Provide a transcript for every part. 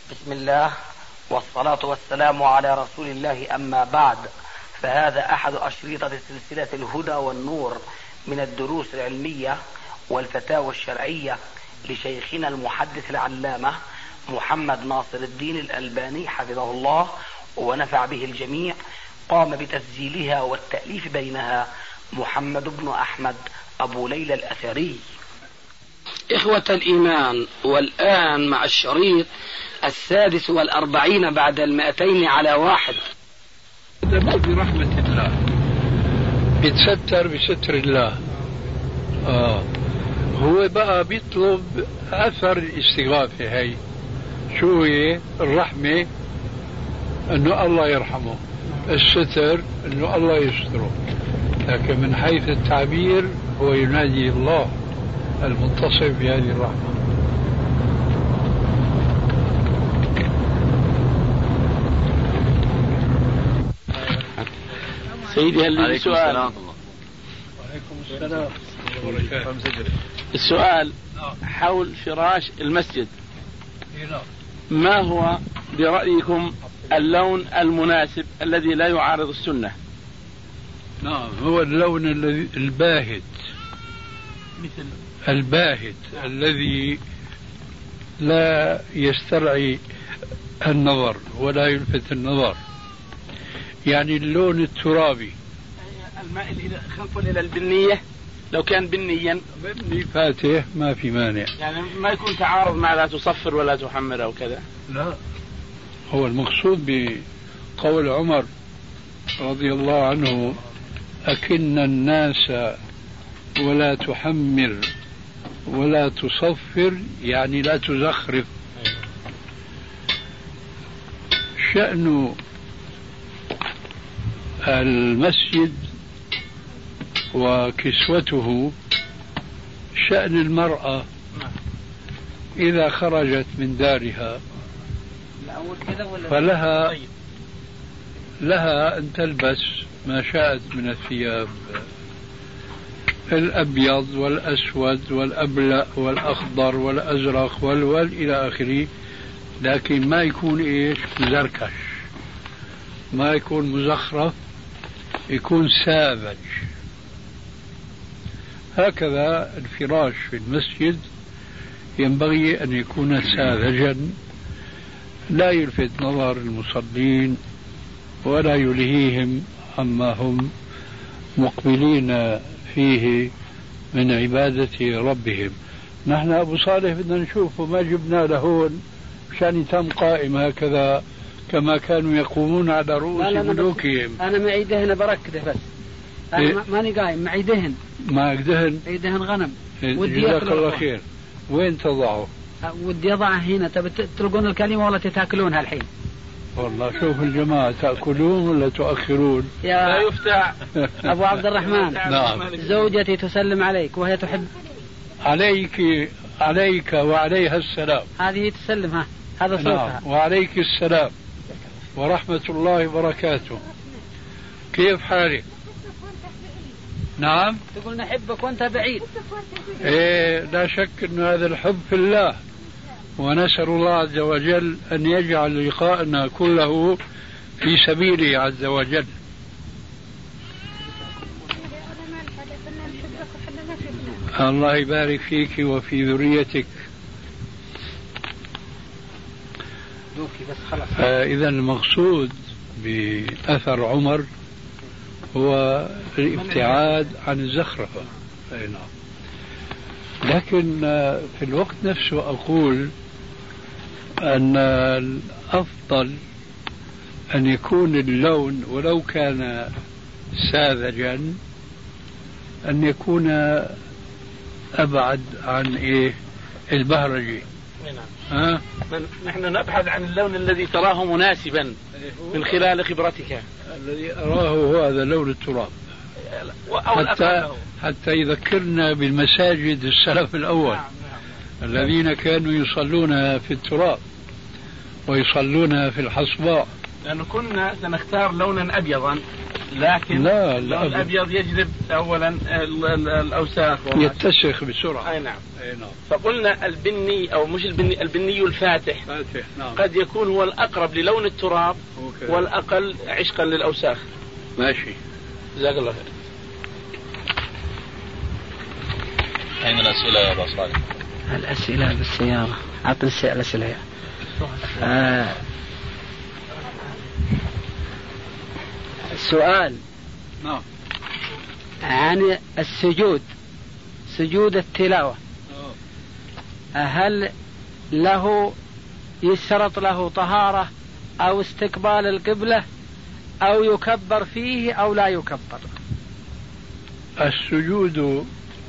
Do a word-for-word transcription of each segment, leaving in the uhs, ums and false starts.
بسم الله والصلاة والسلام على رسول الله، أما بعد، فهذا أحد أشريطة سلسلة الهدى والنور من الدروس العلمية والفتاوى الشرعية لشيخنا المحدث العلامة محمد ناصر الدين الألباني حفظه الله ونفع به الجميع. قام بتسجيلها والتأليف بينها محمد بن أحمد أبو ليلى الأثري. إخوة الإيمان، والآن مع الشريط السادس والأربعين بعد المائتين على واحد. برحمة الله بيتستر بستر الله. آه. هو بقى بيطلب أثر الاستغاثة. هاي شو هي؟ الرحمة أنه الله يرحمه، الستر أنه الله يستره، لكن من حيث التعبير هو ينادي الله المتصف بهذه الرحمة. سيدي هل لي سؤال؟ وعليكم السلام. السؤال حول فراش المسجد، ما هو برأيكم اللون المناسب الذي لا يعارض السنة؟ نعم، هو اللون الذي الباهت، مثل الباهت الذي لا يسترعي النظر ولا يلفت النظر، يعني اللون الترابي المائل إلى خلفا إلى البنية. لو كان بنيا بني فاتح ما في مانع، يعني ما يكون تعارض مع لا تصفر ولا تحمر أو كذا. لا، هو المقصود بقول عمر رضي الله عنه: أكن الناس ولا تحمر ولا تصفر، يعني لا تزخرف. شأن المسجد وكسوته شأن المرأة إذا خرجت من دارها فلها لها أن تلبس ما شاءت من الثياب، الأبيض والأسود والأبلأ والأخضر والأزرق والول إلى آخره، لكن ما يكون إيش مزركش، ما يكون مزخرف، يكون ساذج. هكذا الفراش في المسجد ينبغي أن يكون ساذجا، لا يلفت نظر المصلين ولا يلهيهم عما هم مقبلين فيه من عبادة ربهم. نحن أبو صالح بدنا نشوفه، ما جبنا لهون مشان يتم قائم هكذا كما كانوا يقومون على رؤوس ملوكهم. أنا معي دهن بركده بس، أنا إيه؟ ماني قايم، معي دهن. معك دهن؟ أي دهن غنم. جزاك الله خير. وين تضعه؟ ودي أضعه هنا. تبي تلقون الكلمة ولا تتاكلونها الحين؟ والله شوف الجماعة، تأكلون ولا تؤخرون؟ لا يفتح. أبو عبد الرحمن، نعم، زوجتي تسلم عليك وهي تحب. عليك عليك وعليها السلام. هذه تسلم، ها هذا صوتها. نعم، وعليك السلام ورحمة الله وبركاته. كيف حالك؟ نعم، تقول نحبك وانت بعيد. ايه، لا شك ان هذا الحب في الله، ونسأل الله عز وجل ان يجعل لقاءنا كله في سبيله عز وجل. الله يبارك فيك وفي ذريتك. إذا المقصود بأثر عمر هو الابتعاد عن الزخرفة. لكن في الوقت نفسه أقول أن الأفضل أن يكون اللون ولو كان ساذجا أن يكون أبعد عن إيه البهرجي. ها؟ نحن نبحث عن اللون الذي تراه مناسبا من خلال خبرتك. الذي أراه هو هذا لون التراب، حتى حتى يذكرنا بالمساجد السلف الأول. نعم نعم. الذين كانوا يصلون في التراب ويصلون في الحصباء. لأنه كنا سنختار لونا أبيضا لكن لا الأبيض يجذب أولا الأوساخ يتسخ بسرعة. أي نعم. أي نعم. فقلنا البني أو مش البني البني الفاتح فاتح. نعم. قد يكون هو الأقرب للون التراب أوكي. والأقل عشقا للأوساخ. ماشي. جزاك الله خير. أين الأسئلة يا أبو صالح؟ الأسئلة بالسيارة. أعطني الأسئلة. آه. سؤال نعم عن السجود، سجود التلاوة، هل له يشترط له طهارة أو استقبال القبلة أو يكبر فيه أو لا يكبر؟ السجود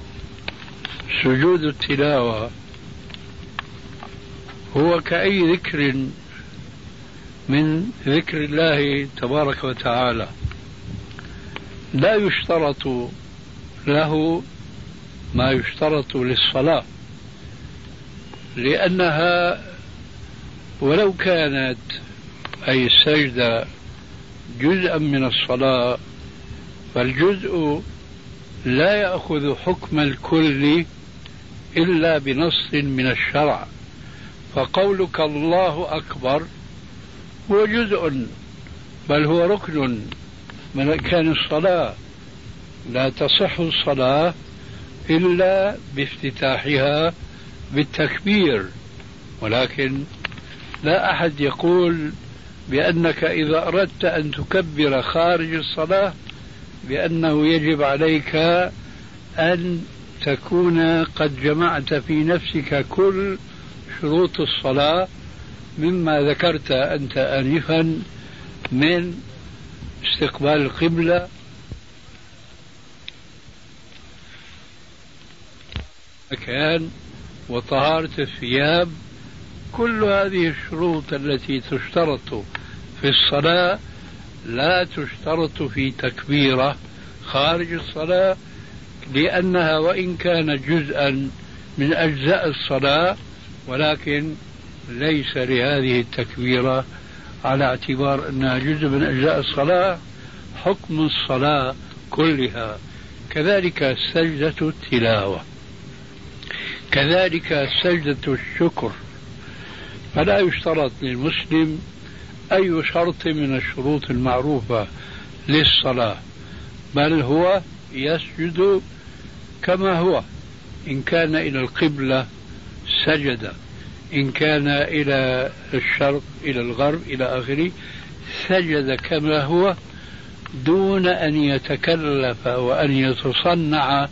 سجود التلاوة هو كأي ذكر من ذكر الله تبارك وتعالى، لا يشترط له ما يشترط للصلاة، لأنها ولو كانت أي السجدة جزءا من الصلاة فالجزء لا يأخذ حكم الكل إلا بنص من الشرع. فقولك الله أكبر هو جزء بل هو ركن من أركان الصلاة، لا تصح الصلاة إلا بافتتاحها بالتكبير، ولكن لا أحد يقول بأنك إذا أردت أن تكبر خارج الصلاة بأنه يجب عليك أن تكون قد جمعت في نفسك كل شروط الصلاة مما ذكرت أنت آنفا من استقبال القبلة مكان وطهارة الثياب. كل هذه الشروط التي تشترط في الصلاة لا تشترط في تكبيرة خارج الصلاة، لأنها وإن كانت جزءا من أجزاء الصلاة ولكن ليس لهذه التكبيرة على اعتبار أنها جزء من أجزاء الصلاة حكم الصلاة كلها. كذلك سجدة التلاوة، كذلك سجدة الشكر، فلا يشترط للمسلم أي شرط من الشروط المعروفة للصلاة، بل هو يسجد كما هو، إن كان إلى القبلة سجد، إن كان إلى الشرق إلى الغرب إلى آخره سجد كما هو دون أن يتكلف وأن يتصنع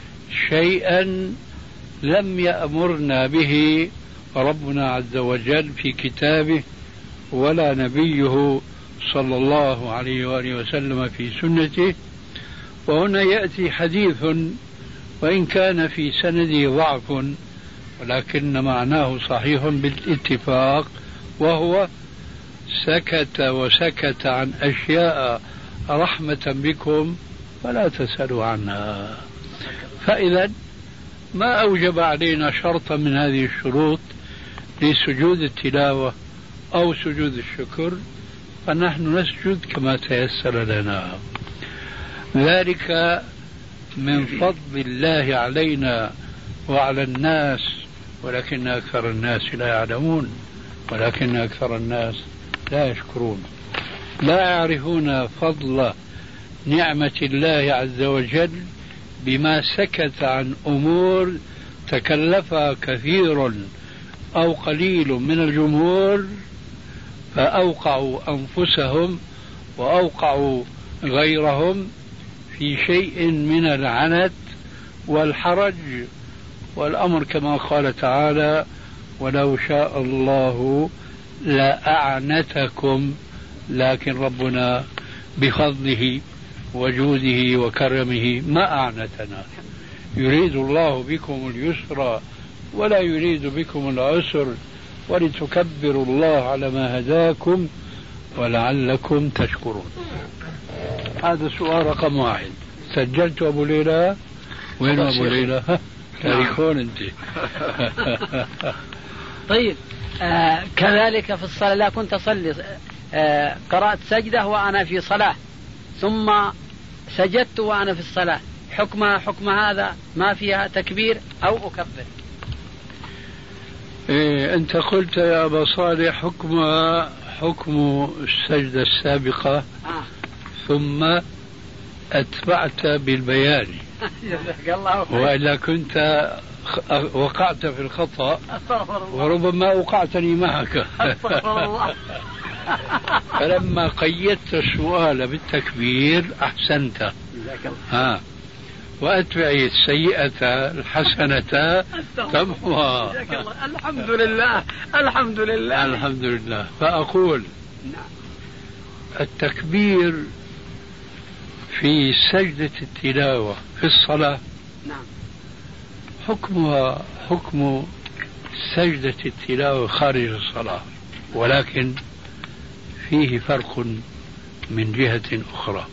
شيئا لم يأمرنا به ربنا عز وجل في كتابه ولا نبيه صلى الله عليه وآله وسلم في سنته. وهنا يأتي حديث وإن كان في سنده ضعف ولكن معناه صحيح بالاتفاق، وهو سكت وسكت عن أشياء رحمة بكم فلا تسألوا عنها. فإذا ما أوجب علينا شرطا من هذه الشروط لسجود التلاوة أو سجود الشكر، فنحن نسجد كما تيسر لنا. ذلك من فضل الله علينا وعلى الناس، ولكن أكثر الناس لا يعلمون، ولكن أكثر الناس لا يشكرون، لا يعرفون فضل نعمة الله عز وجل بما سكت عن أمور تكلفها كثير أو قليل من الجمهور فأوقعوا أنفسهم وأوقعوا غيرهم في شيء من العنت والحرج. والأمر كما قال تعالى: ولو شاء الله لأعنتكم، لكن ربنا بفضله وجوده وكرمه ما أعنتنا. يريد الله بكم اليسر ولا يريد بكم العسر ولتكبروا الله على ما هداكم ولعلكم تشكرون. هذا سؤال رقم واحد. سجلت أبو ليلى؟ وين أبو ليلى؟ تاريخون أنت. طيب آه كذلك في الصلاة، لا كنت أصلي آه قرأت سجدة وأنا في صلاة ثم سجدت وأنا في الصلاة، حكمها حكم هذا ما فيها تكبير أو أكبر؟ إيه أنت قلت يا أبا صالح حكمها حكم السجدة السابقة آه. ثم أتبعت بالبيان وإلا كنت وقعت في الخطأ وربما أوقعتني معك. فلما قيدت السؤال بالتكبير أحسنت. ها وأتبع السيئة الحسنة تمحوها. الحمد لله الحمد لله الحمد لله. فأقول التكبير في سجدة التلاوة في الصلاة نعم حكمها حكم سجدة التلاوة خارج الصلاة، ولكن فيه فرق من جهة أخرى.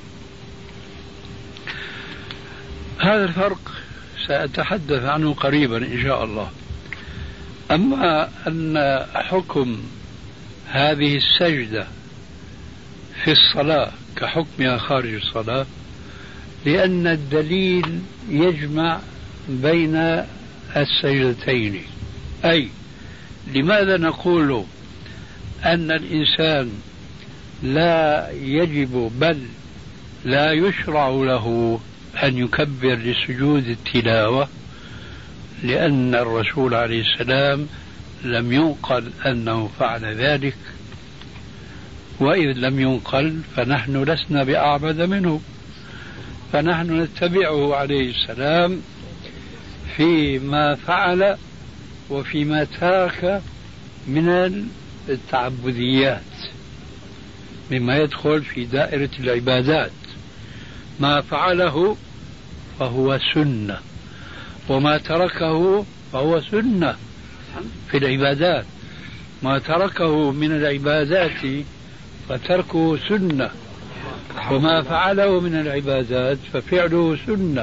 هذا الفرق سأتحدث عنه قريبا إن شاء الله. أما أن حكم هذه السجدة في الصلاة كحكمها خارج الصلاة، لأن الدليل يجمع بين السجدتين. أي لماذا نقول أن الإنسان لا يجب بل لا يشرع له أن يكبر لسجود التلاوة؟ لأن الرسول عليه السلام لم ينقل أنه فعل ذلك، وإذ لم ينقل فنحن لسنا بأعبد منه، فنحن نتبعه عليه السلام فيما فعل وفيما ترك من التعبديات مما يدخل في دائرة العبادات. ما فعله فهو سنة، وما تركه فهو سنة في العبادات. ما تركه من العبادات فتركه سنة، وما فعله من العبادات ففعله سنة.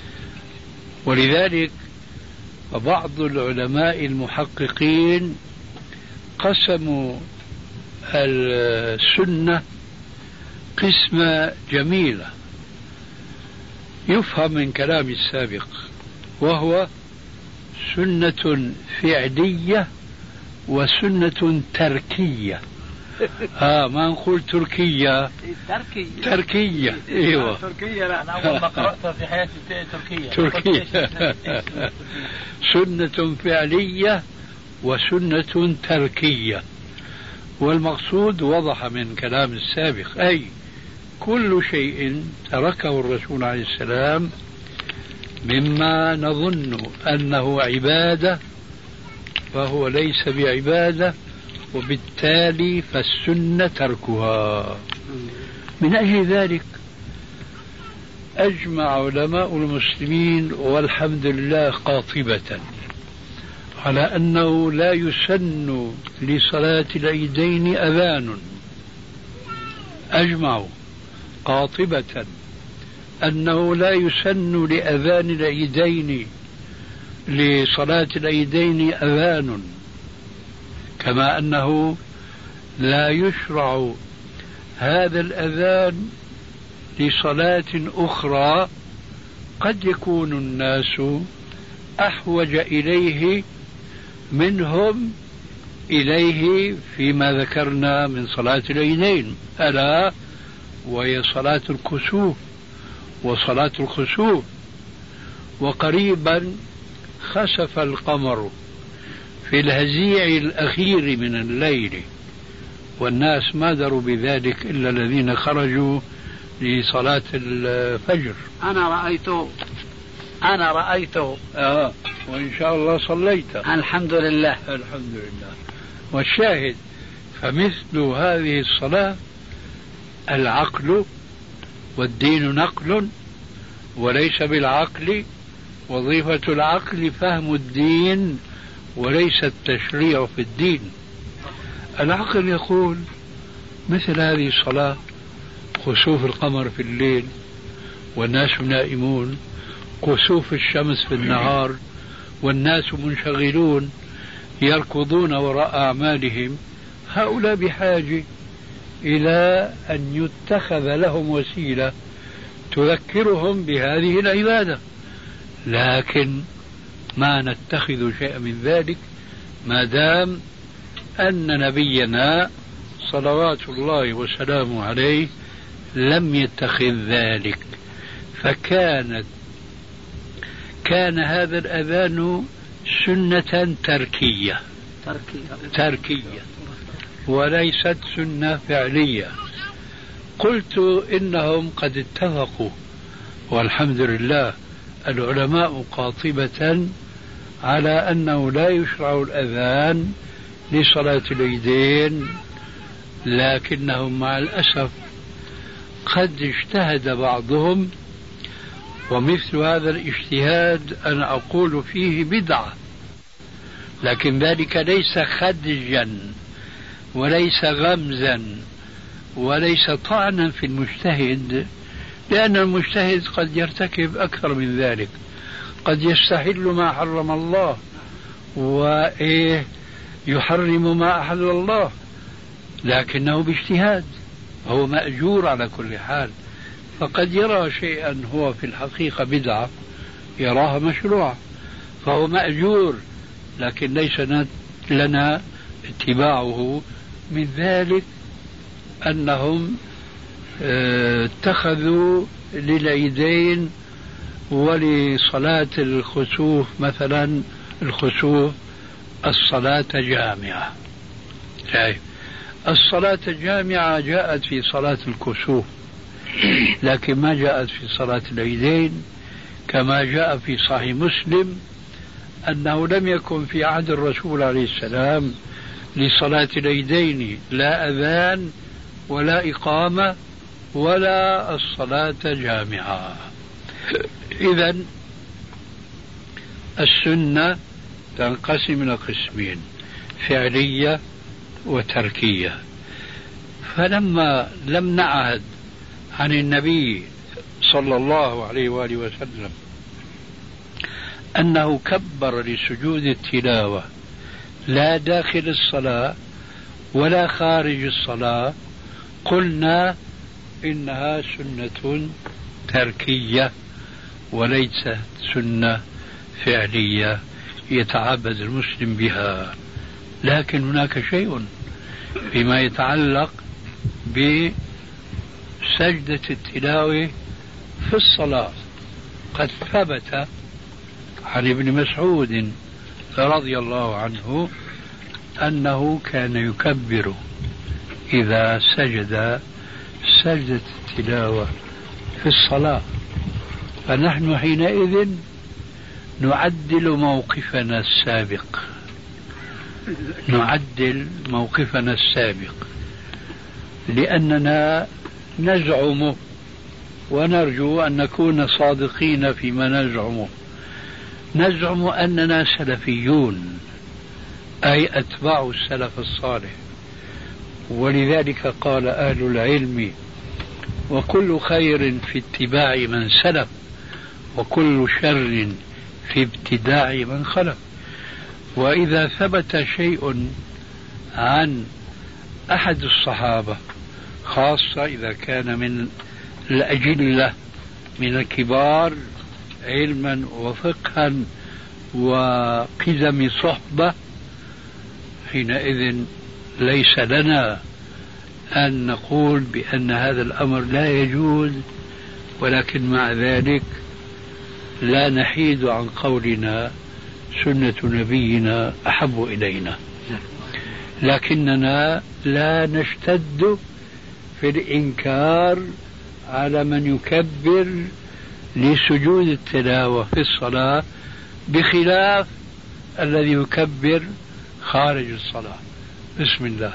ولذلك بعض العلماء المحققين قسموا السنة قسمة جميلة يفهم من كلام السابق، وهو سنة فعلية وسنة تركية. ها آه ما نقول تركية، تركية تركية ايوه تركية. لا انا اول ما قرأتها في حياتي تركية تركية. سنة فعلية وسنة تركية. والمقصود وضح من كلام السابق، أي كل شيء تركه الرسول عليه السلام مما نظن أنه عبادة فهو ليس بعبادة، وبالتالي فالسنة تركها. من أجل ذلك أجمع علماء المسلمين والحمد لله قاطبة على أنه لا يسن لصلاة العيدين أذان. أجمعوا قاطبة أنه لا يسن لأذان العيدين لصلاة العيدين أذان، كما أنه لا يشرع هذا الأذان لصلاة أخرى قد يكون الناس أحوج إليه منهم إليه فيما ذكرنا من صلاة العيدين، ألا وهي صلاة الكسوف وصلاة الخسوف. وقريبا خسف القمر في الهزيع الأخير من الليل، والناس ما دروا بذلك إلا الذين خرجوا لصلاة الفجر. أنا رأيته أنا رأيته آه وإن شاء الله صليت. الحمد لله الحمد لله. والشاهد فمثل هذه الصلاة العقل، والدين نقل وليس بالعقل، وظيفة العقل فهم الدين وليس التشريع في الدين. العقل يقول مثل هذه الصلاة خسوف القمر في الليل والناس نائمون، كسوف الشمس في النهار والناس منشغلون يركضون وراء أعمالهم، هؤلاء بحاجة إلى أن يتخذ لهم وسيلة تذكرهم بهذه العبادة، لكن ما نتخذ شيئا من ذلك ما دام أن نبينا صلوات الله وسلامه عليه لم يتخذ ذلك. فكانت كان هذا الأذان سنة تركية تركية, تركية وليست سنة فعلية. قلت إنهم قد اتفقوا والحمد لله العلماء قاطبة على أنه لا يشرع الأذان لصلاة العيدين، لكنهم مع الأسف قد اجتهد بعضهم، ومثل هذا الاجتهاد أنا أقول فيه بدعة، لكن ذلك ليس خدجا وليس غمزا وليس طعنا في المجتهد، لأن المجتهد قد يرتكب أكثر من ذلك، قد يستحل ما حرم الله وإيه يحرم ما أحل الله، لكنه باجتهاد هو مأجور على كل حال. فقد يرى شيئا هو في الحقيقة بدعة يراها مشروعة فهو مأجور، لكن ليس لنا اتباعه. من ذلك أنهم اتخذوا للعيدين ولصلاة الخسوف مثلا الخسوف الصلاة جامعة. الصلاة الجامعة جاءت في صلاة الكسوف، لكن ما جاءت في صلاة العيدين، كما جاء في صحيح مسلم أنه لم يكن في عهد الرسول عليه السلام لصلاة العيدين لا أذان ولا إقامة ولا الصلاة جامعة. إذن السنة تنقسم إلى قسمين، فعلية وتركية. فلما لم نعهد عن النبي صلى الله عليه وآله وسلم أنه كبر لسجود التلاوة لا داخل الصلاة ولا خارج الصلاة، قلنا إنها سنة تركية وليست سنة فعلية يتعبد المسلم بها. لكن هناك شيء فيما يتعلق بسجدة التلاوة في الصلاة. قد ثبت عن ابن مسعود رضي الله عنه أنه كان يكبر إذا سجد سجدة التلاوة في الصلاة، فنحن حينئذ نعدل موقفنا السابق نعدل موقفنا السابق لأننا نزعم ونرجو أن نكون صادقين فيما نزعمه. نزعم أننا سلفيون، أي أتباع السلف الصالح، ولذلك قال أهل العلم: وكل خير في اتباع من سلف، وكل شر في ابتداع من خلف. وإذا ثبت شيء عن أحد الصحابة، خاصة إذا كان من الأجلة من الكبار علما وفقها وقدم صحبة، حينئذ ليس لنا أن نقول بأن هذا الأمر لا يجوز، ولكن مع ذلك لا نحيد عن قولنا سنة نبينا أحب إلينا، لكننا لا نشتد في الإنكار على من يكبر لسجود التلاوة في الصلاة بخلاف الذي يكبر خارج الصلاة. بسم الله.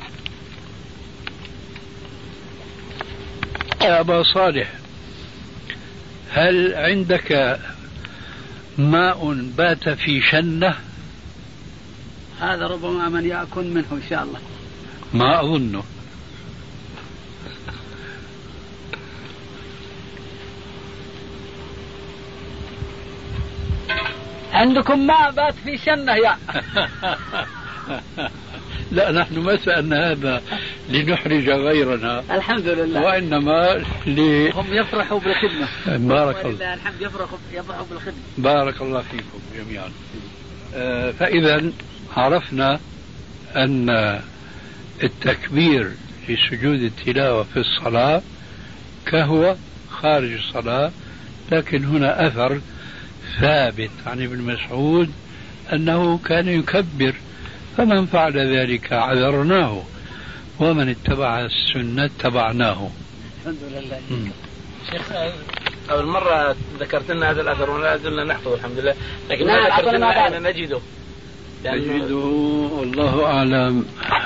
يا أبا صالح، هل عندك ماء بات في شنة؟ هذا ربما من يأكل منه إن شاء الله. ما أظنه. عندكم ماء بات في شنة يا لا نحن ما سألنا هذا لنحرج غيرنا الحمد لله، وإنما ل... هم يفرحوا بالخدمة. بارك الله. الحمد يفرحوا يفرحوا بالخدمة. بارك الله فيكم جميعا. آه فإذا عرفنا أن التكبير في سجود التلاوة في الصلاة كهو خارج الصلاة، لكن هنا أثر ثابت عن ابن مسعود أنه كان يكبر، فمن فعل ذلك عذرناه ومن اتبع السنة اتبعناه. الحمد لله. شيخ أول مرة ذكرت لنا هذا الأثر ولا زلنا نحفظه الحمد لله، لكن ما ذكرت لنا أن نجده نجده والله أعلم.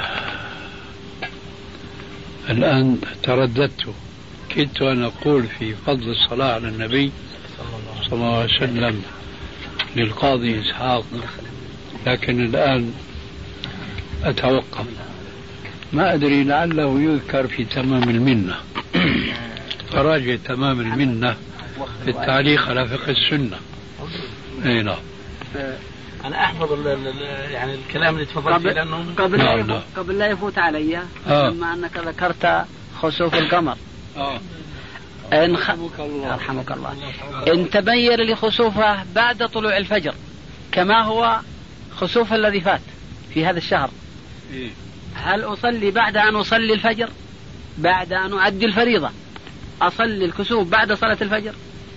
الآن ترددت، كنت أن أقول في فضل الصلاة على النبي صلى الله عليه وسلم للقاضي إسحاق، لكن الآن أتوقف، ما أدري لعله يذكر في تمام المنة. فراجع تمام المنة في التعليق على فقه السنة. أي نعم. أنا أحفظ ال ال يعني الكلام اللي تفضلت فيه لأنه قبل لا يفوت, قبل لا يفوت علي آه. لما أنك ذكرت خسوف القمر آه. إن خ... رحمك الله، إن تبين لي خسوفه بعد طلوع الفجر كما هو خسوف الذي فات في هذا الشهر، هل أصلي بعد أن أصلي الفجر، بعد أن أؤدي الفريضة أصلي الكسوف بعد صلاة الفجر؟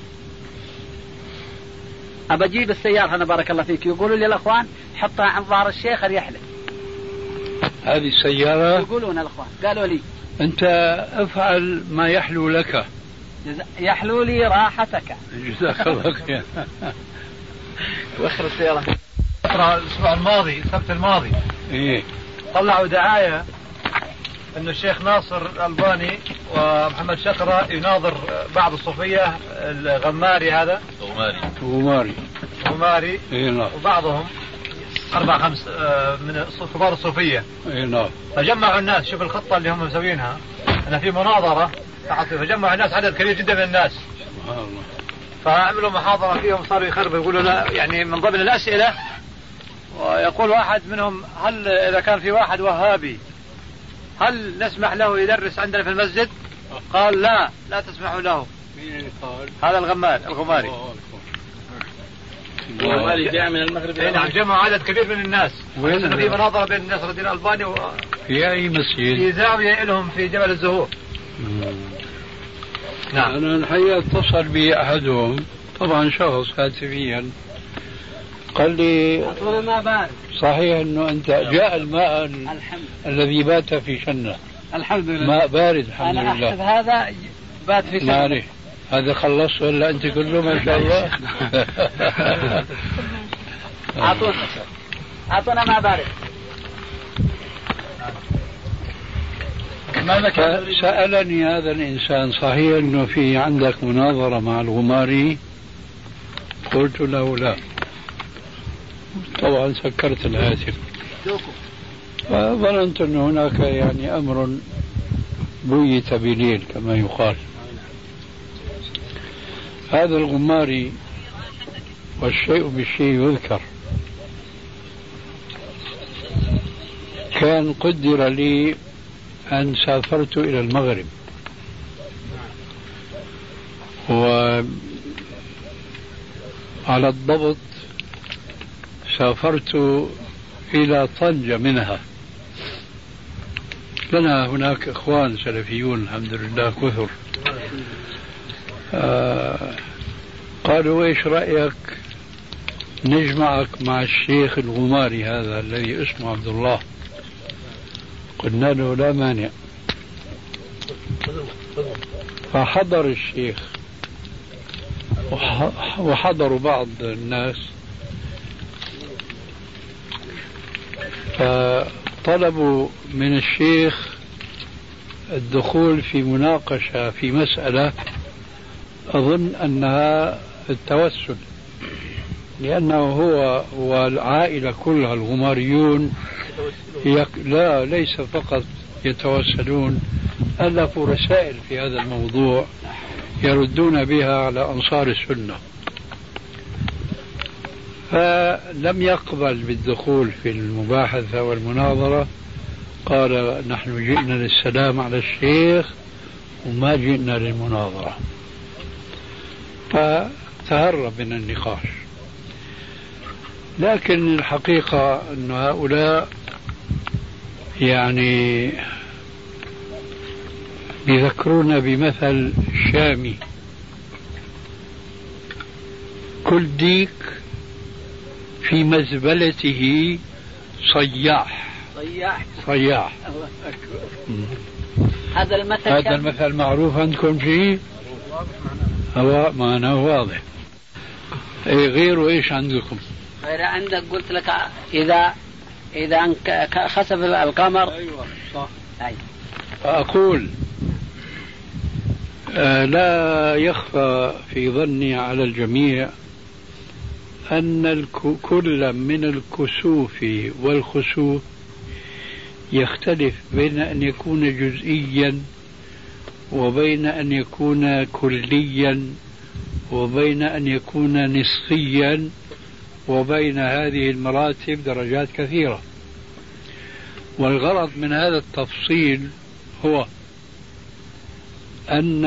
أبجيب السيارة أنا بارك الله فيك، يقولوا لي الأخوان حطها عن ظهر الشيخ يحلف. هذه السيارة يقولون الأخوان، قالوا لي أنت افعل ما يحلو لك. يحلو لي راحتك. جزاك الله خير. وخر السيارة. الأسبوع الماضي السبت الماضي إيه طلعوا دعاية أن الشيخ ناصر الألباني ومحمد شقرة يناظر بعض الصوفية، الغماري هذا غماري غماري غماري إيه نعم، وبعضهم أربع خمس من كبار الصوفية. إيه نعم. فجمعوا الناس، شوف الخطة اللي هم مسوينها، أنا في مناظرة فجمعوا الناس عدد كبير جدا من الناس، فعملوا محاضرة فيهم، صاروا يخربوا يقولوا لا يعني من ضمن الأسئلة، ويقول واحد منهم هل إذا كان في واحد وهابي هل نسمح له يدرس عندنا في المسجد؟ قال لا لا تسمحوا له. هذا الغمار الغماري الغماري جاء من المغرب. نعم جمعوا عدد كبير من الناس، وإنه في مناظرة بين نصر الدين الألباني و... في أي مسجد؟ في زاوية لهم في جبل الزهور. نعم. أنا الحقيقة اتصل بي أحدهم، طبعا شخص هاتفيا، قال لي صحيح أنه أنت جاء الماء ال... الذي بات في شنة. الحمد لله ماء بارد الحمد أنا لله. أحسب هذا بات في شنة. هذا خلص ولا أنت كله ما شاء الله. أعطونا أعطونا ماء بارد. سألني هذا الإنسان صحيح أنه في عندك مناظرة مع الغماري؟ قلت له لا، طبعا سكرت الهاتف، وظننت أن هناك يعني أمر بيت بليل كما يقال. هذا الغماري والشيء بالشيء يذكر، كان قدر لي أن سافرت إلى المغرب، وعلى الضبط سافرت إلى طنجة منها. لنا هناك إخوان سلفيون الحمد لله كثر. آه قالوا إيش رأيك نجمعك مع الشيخ الغماري هذا الذي اسمه عبد الله؟ قلنا له لا مانع. فحضر الشيخ وحضروا بعض الناس، فطلبوا من الشيخ الدخول في مناقشة في مسألة أظن أنها التوسل، لأنه هو والعائلة كلها الغماريون يك... لا ليس فقط يتوسلون، ألفوا رسائل في هذا الموضوع يردون بها على أنصار السنة، فلم يقبل بالدخول في المباحثة والمناظرة قال نحن جئنا للسلام على الشيخ وما جئنا للمناظرة، فتهرب من النقاش. لكن الحقيقة أن هؤلاء يعني يذكرون بمثل شامي: كل ديك في مزبلته صياح صياح صياح. هذا المثل هذا المثل معروف عندكم شيء؟ هو معناه واضح. اي غيره ايش عندكم؟ غير عندك قلت لك اذا اذا خسف القمر. ايوه صح. أيوة. أقول آه لا يخفى في ظني على الجميع أن كل من الكسوف والخسوف يختلف بين أن يكون جزئيا وبين أن يكون كليا وبين أن يكون نسخيا، وبين هذه المراتب درجات كثيرة. والغرض من هذا التفصيل هو أن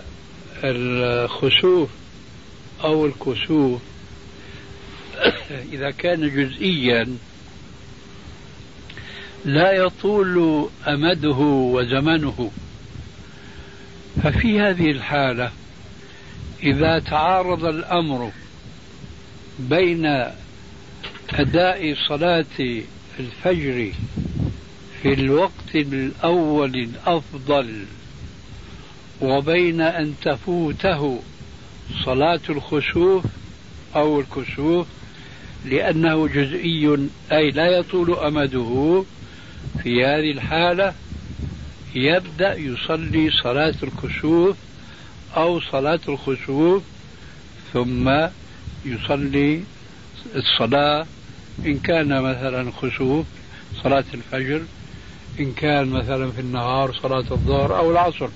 الخسوف أو الكسوف إذا كان جزئيا لا يطول أمده وزمنه، ففي هذه الحالة إذا تعارض الأمر بين أداء صلاة الفجر في الوقت الأول الأفضل وبين أن تفوته صلاة الخسوف أو الكسوف لأنه جزئي أي لا يطول أمده، في هذه الحالة يبدأ يصلي صلاة الكسوف أو صلاة الخسوف ثم يصلي الصلاة إن كان مثلا خسوف صلاة الفجر، إن كان مثلا في النهار صلاة الظهر أو العصر.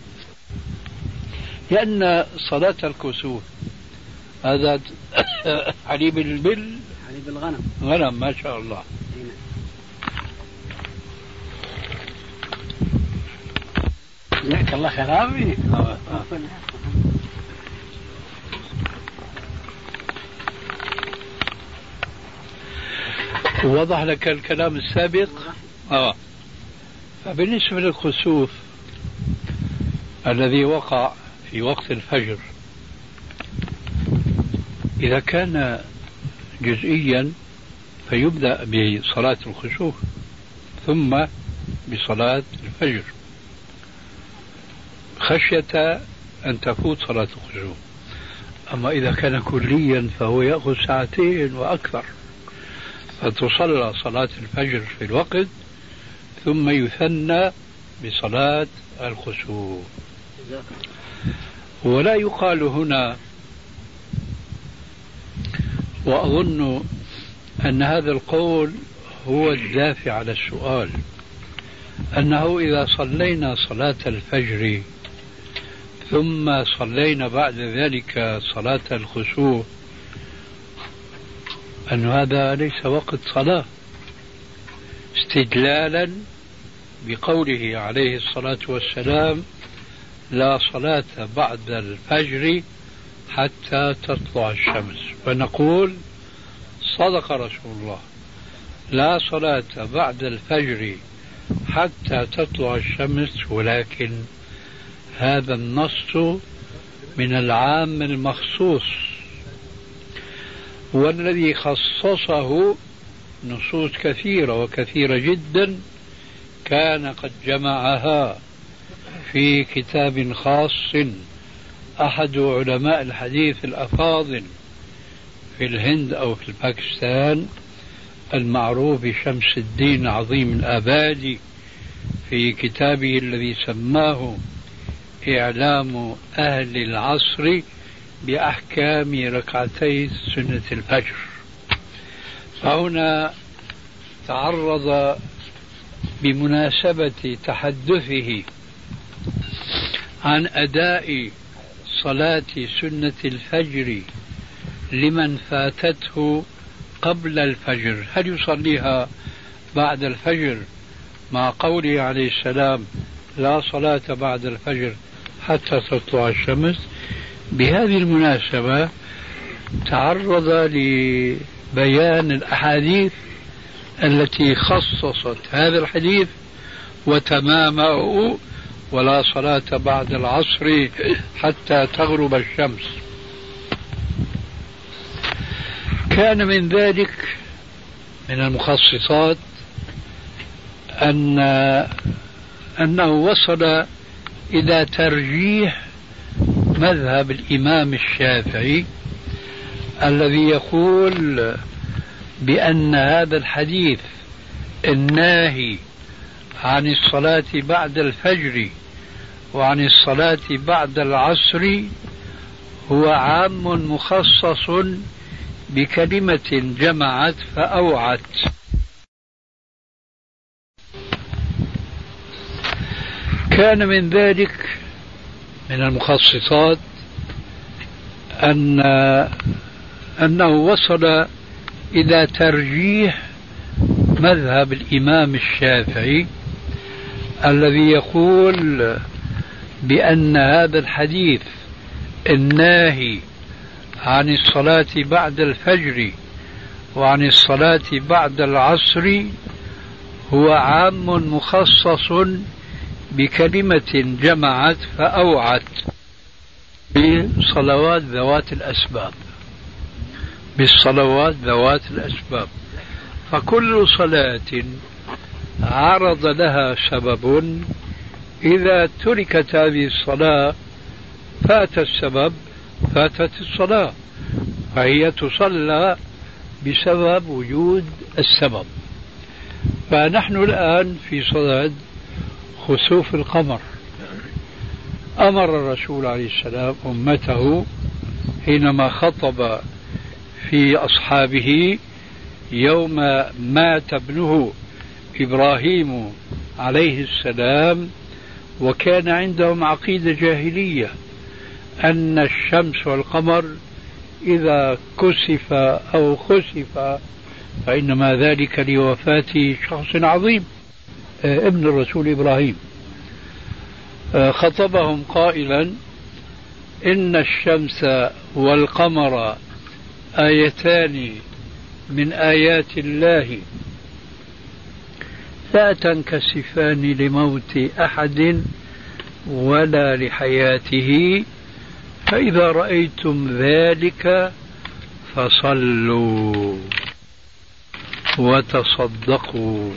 لأن صلاة الكسوف هذا حليب البل حليب الغنم غنم ما شاء الله. جزاك الله خير. وضح لك الكلام السابق. آه. فبالنسبة للخسوف الذي وقع في وقت الفجر، إذا كان جزئيا فيبدأ بصلاة الخسوف ثم بصلاة الفجر خشية أن تفوت صلاة الخسوف. أما إذا كان كليا فهو يأخذ ساعتين وأكثر، فتصلى صلاة الفجر في الوقت ثم يثنى بصلاة الخسوف. ولا يقال هنا، وأظن أن هذا القول هو الدافع على السؤال، أنه إذا صلينا صلاة الفجر ثم صلينا بعد ذلك صلاة الخسوف أن هذا ليس وقت صلاة، استدلالا بقوله عليه الصلاة والسلام: لا صلاة بعد الفجر حتى تطلع الشمس. فنقول صدق رسول الله، لا صلاة بعد الفجر حتى تطلع الشمس، ولكن هذا النص من العام المخصوص، والذي خصصه نصوص كثيرة وكثيرة جدا كان قد جمعها في كتاب خاص أحد علماء الحديث الأفاضل في الهند أو في باكستان المعروف بشمس الدين عظيم الآبادي، في كتابه الذي سماه إعلام أهل العصر بأحكام ركعتي سنة الفجر. فهنا تعرض بمناسبة تحدثه عن أداء صلاة سنة الفجر لمن فاتته قبل الفجر، هل يصليها بعد الفجر مع قوله عليه السلام لا صلاة بعد الفجر حتى تطلع الشمس، بهذه المناسبة تعرض لبيان الأحاديث التي خصصت هذا الحديث وتمامه ولا صلاة بعد العصر حتى تغرب الشمس. كان من ذلك من المخصصات أن أنه وصل إلى ترجيح مذهب الإمام الشافعي الذي يقول بأن هذا الحديث الناهي عن الصلاة بعد الفجر وعن الصلاة بعد العصر هو عام مخصص بكلمة جمعت فأوعت. كان من ذلك من المخصصات أن أنه وصل إلى ترجيح مذهب الإمام الشافعي الذي يقول بأن هذا الحديث الناهي عن الصلاة بعد الفجر وعن الصلاة بعد العصر هو عام مخصص بكلمة جمعت فأوعت بالصلوات ذوات الأسباب، بالصلوات ذوات الأسباب. فكل صلاة عرض لها سبب إذا تركت هذه الصلاة فات السبب، فاتت الصلاة، فهي تصلى بسبب وجود السبب. فنحن الآن في صدد خسوف القمر. أمر الرسول عليه السلام أمته حينما خطب في أصحابه يوم مات ابنه إبراهيم عليه السلام، وكان عندهم عقيدة جاهلية أن الشمس والقمر إذا كسف أو خسف فإنما ذلك لوفاة شخص عظيم ابن الرسول إبراهيم. خطبهم قائلا إن الشمس والقمر آيتان من آيات الله لا تنكسفان لموت أحد ولا لحياته، فإذا رأيتم ذلك فصلوا وتصدقوا،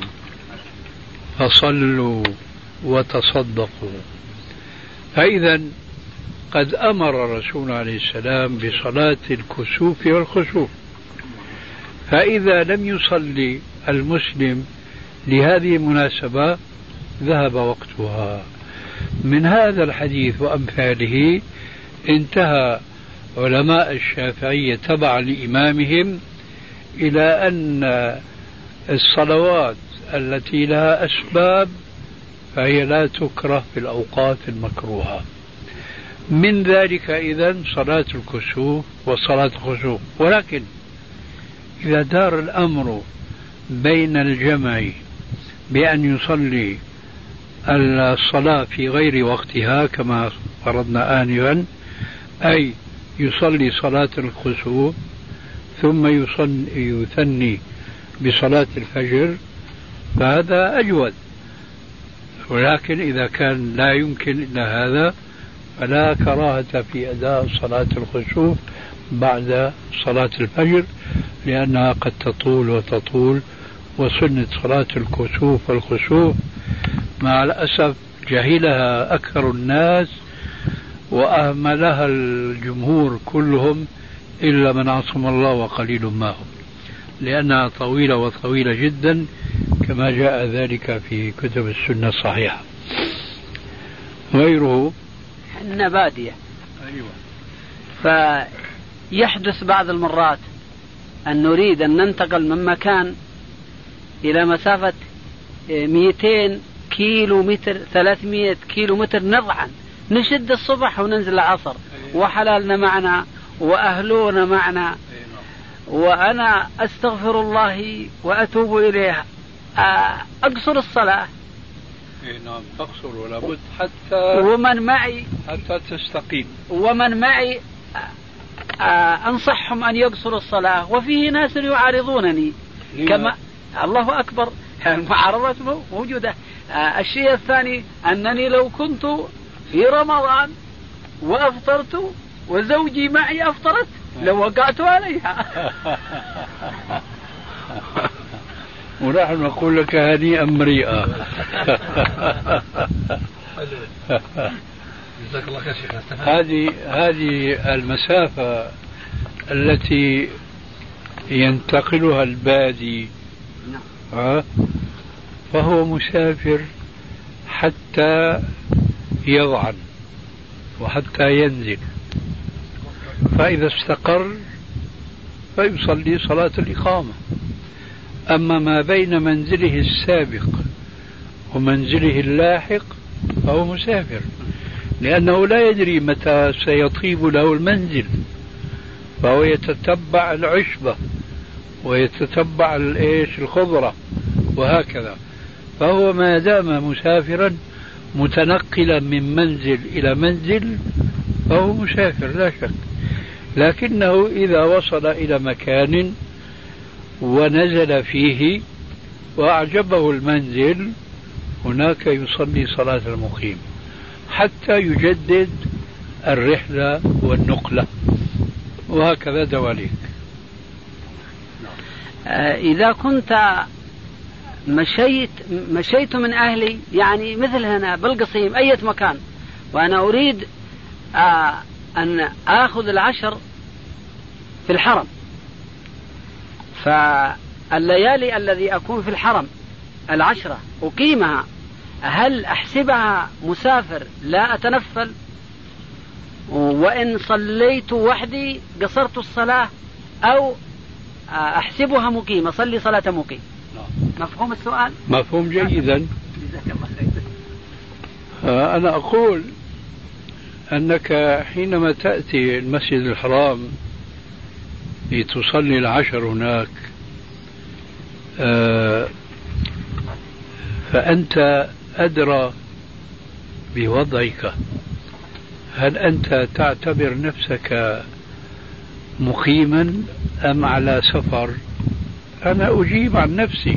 فصلوا وتصدقوا. فإذا قد أمر الرسول عليه السلام بصلاة الكسوف والخسوف، فإذا لم يصلي المسلم لهذه المناسبة ذهب وقتها. من هذا الحديث وأمثاله انتهى علماء الشافعية تبع لإمامهم إلى أن الصلوات التي لها أسباب فهي لا تكره في الأوقات المكروهة. من ذلك إذن صلاة الكسوف وصلاة الخسوف. ولكن إذا دار الأمر بين الجمع بأن يصلي الصلاة في غير وقتها كما فرضنا آنفا، أي يصلي صلاة الخسوف ثم يثني بصلاة الفجر، فهذا أجود. ولكن إذا كان لا يمكن إلا هذا فلا كراهة في أداء صلاة الخسوف بعد صلاة الفجر، لأنها قد تطول وتطول. وسنة صلاة الكسوف والخسوف مع الأسف جهلها أكثر الناس وأهملها الجمهور كلهم إلا من عصم الله وقليل ما هم، لأنها طويلة وطويلة جدا كما جاء ذلك في كتب السنة الصحيحة. غيره النبادية. أيوة. فيحدث بعض المرات أن نريد أن ننتقل من مكان إلى مسافة مئتين كيلو متر، ثلاثمائة كيلو متر نضعا، نشد الصبح وننزل العصر وحلالنا معنا وأهلونا معنا، وأنا أستغفر الله وأتوب إليه، أقصر الصلاة إيه نعم تقصر ولا بد حتى ومن معي حتى تستقيم. ومن معي آه أنصحهم أن يقصروا الصلاة، وفيه ناس يعارضونني كما الله أكبر. المعارضة موجودة. آه الشيء الثاني أنني لو كنت في رمضان وأفطرت وزوجي معي أفطرت لو وقعت عليها. ونحن نقول لك هنيئا مريئا. جزاك الله خير شيخنا. هذه هذه المسافة التي ينتقلها البادي ها فهو مسافر حتى يضعن وحتى ينزل، فإذا استقر فيصلي صلاة الإقامة. أما ما بين منزله السابق ومنزله اللاحق فهو مسافر، لأنه لا يدري متى سيطيب له المنزل، فهو يتتبع العشبة ويتتبع الخضرة وهكذا. فهو ما دام مسافرا متنقلا من منزل إلى منزل فهو مسافر لا شك. لكنه إذا وصل إلى مكان ونزل فيه وأعجبه المنزل هناك يصلي صلاة المقيم حتى يجدد الرحلة والنقلة، وهكذا دواليك. إذا كنت مشيت مشيت من أهلي يعني مثل هنا بالقصيم أي مكان، وأنا أريد أن آخذ العشر في الحرم، فالليالي الذي أكون في الحرم العشرة أقيمها، هل أحسبها مسافر لا أتنفل؟ وإن صليت وحدي قصرت الصلاة، أو أحسبها مقيم أصلي صلاة مقيم؟ مفهوم السؤال؟ مفهوم جيدا. أنا أقول أنك حينما تأتي المسجد الحرام لتصلي العشر هناك فأنت أدرى بوضعك. هل أنت تعتبر نفسك مقيما أم على سفر؟ أنا أجيب عن نفسي.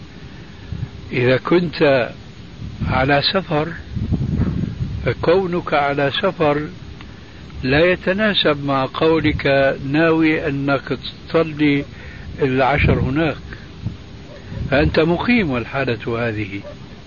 إذا كنت على سفر فكونك على سفر لا يتناسب مع قولك ناوي أنك تصلي العشر هناك، فأنت مقيم والحالة هذه.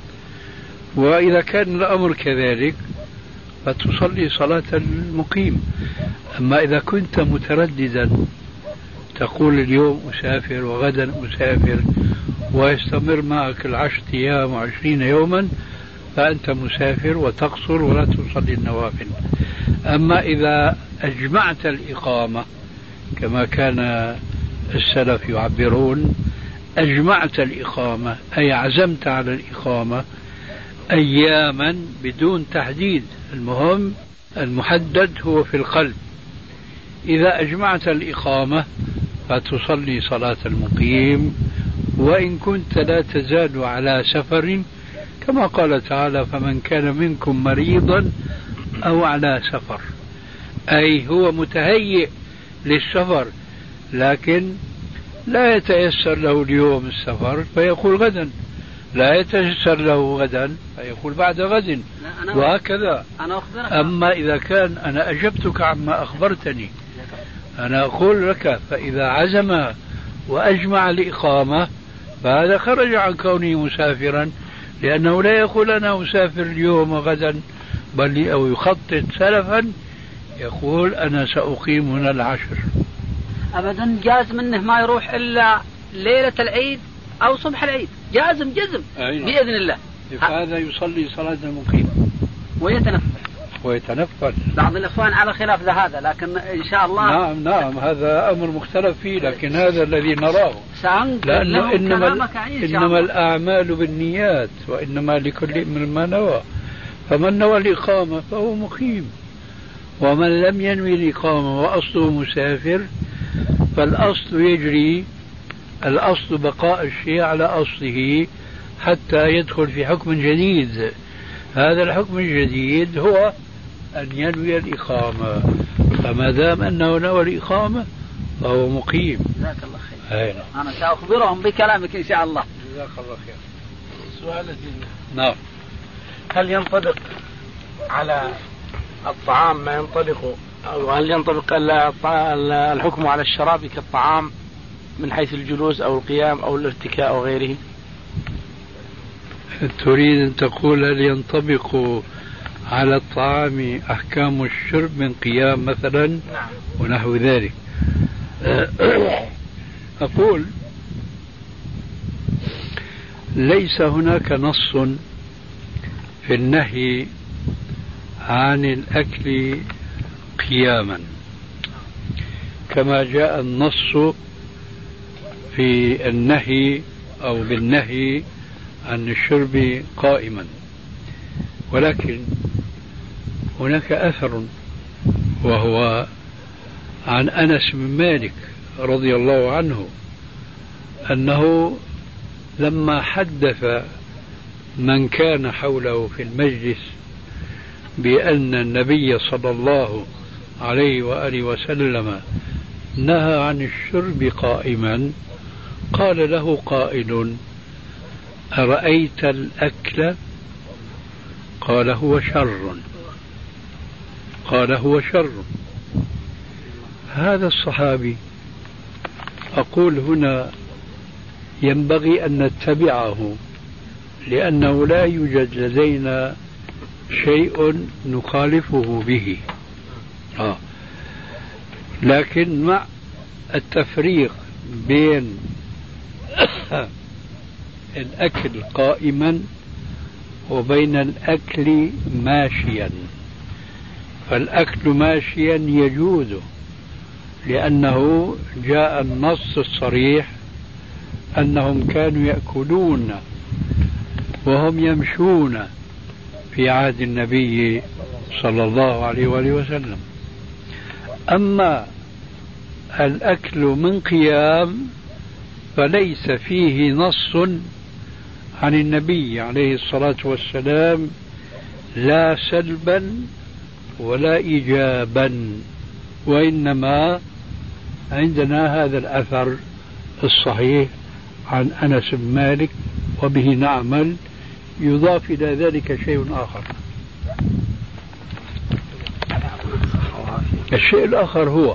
وإذا كان الأمر كذلك فتصلي صلاة المقيم. أما إذا كنت مترددا تقول اليوم أسافر وغدا أسافر ويستمر معك العشر أيام وعشرين يوما فأنت مسافر وتقصر ولا تصلي النوافل. أما إذا أجمعت الإقامة كما كان السلف يعبرون، أجمعت الإقامة أي عزمت على الإقامة أياما بدون تحديد، المهم المحدد هو في القلب. إذا أجمعت الإقامة فتصلي صلاة المقيم، وإن كنت لا تزال على سفر كما قال تعالى فمن كان منكم مريضا أو على سفر، أي هو متهيئ للسفر لكن لا يتيسر له اليوم السفر فيقول غدا، لا يتيسر له غدا فيقول بعد غد، وهكذا. أما إذا كان أنا أجبتك عما أخبرتني، أنا أقول لك فإذا عزم وأجمع الإقامة فهذا خرج عن كونه مسافرا، لأنه لا يقول أنا مسافر اليوم وغدا، بل أو يخطط سلفا يقول أنا سأقيم هنا العشر. أبدا جاز منه ما يروح إلا ليلة العيد أو صبح العيد، جازم جزم بإذن الله. فهذا يصلي صلاة المقيم ويتنفل ويتنفل. بعض الإخوان على خلاف هذا، لكن إن شاء الله نعم نعم هذا أمر مختلف فيه، لكن هذا الذي نراه، لأنه إنما, إنما الأعمال بالنيات وإنما لكل من ما نوى، فمن نوى الإقامة فهو مقيم، ومن لم ينوي الإقامة وأصله مسافر فالأصل يجري، الأصل بقاء الشيء على أصله حتى يدخل في حكم جديد. هذا الحكم الجديد هو أن ينوي الإقامة، فما دام أنه نوى الإقامة فهو مقيم. جزاك الله خير. أنا سأخبرهم بكلامك إن شاء الله. جزاك الله خير. سؤال نعم. هل ينطبق على الطعام ما ينطبق، أو هل ينطبق الحكم على الشراب كالطعام من حيث الجلوس أو القيام أو الارتكاء أو غيره؟ تريد أن تقول هل ينطبق على الطعام أحكام الشرب من قيام مثلا؟ نعم. ونحو ذلك. أقول ليس هناك نص في النهي عن الأكل قياما كما جاء النص في النهي أو بالنهي عن الشرب قائما، ولكن هناك أثر وهو عن أنس بن مالك رضي الله عنه أنه لما حدث من كان حوله في المجلس بأن النبي صلى الله عليه وآله وسلم نهى عن الشرب قائما، قال له قائل: أرأيت الأكل؟ قال هو شر. قال هو شر. هذا الصحابي أقول هنا ينبغي أن نتبعه، لأنه لا يوجد لدينا شيء نخالفه به. آه. لكن مع التفريق بين الأكل قائما وبين الأكل ماشيا، فالأكل ماشيا يجوز لأنه جاء النص الصريح أنهم كانوا يأكلون وهم يمشون في عهد النبي صلى الله عليه وآله وسلم. أما الأكل من قيام فليس فيه نص عن النبي عليه الصلاة والسلام لا سلبا ولا إيجابا، وإنما عندنا هذا الأثر الصحيح عن أنس بن مالك وبه نعمل. يضاف إلى ذلك شيء آخر. الشيء الآخر هو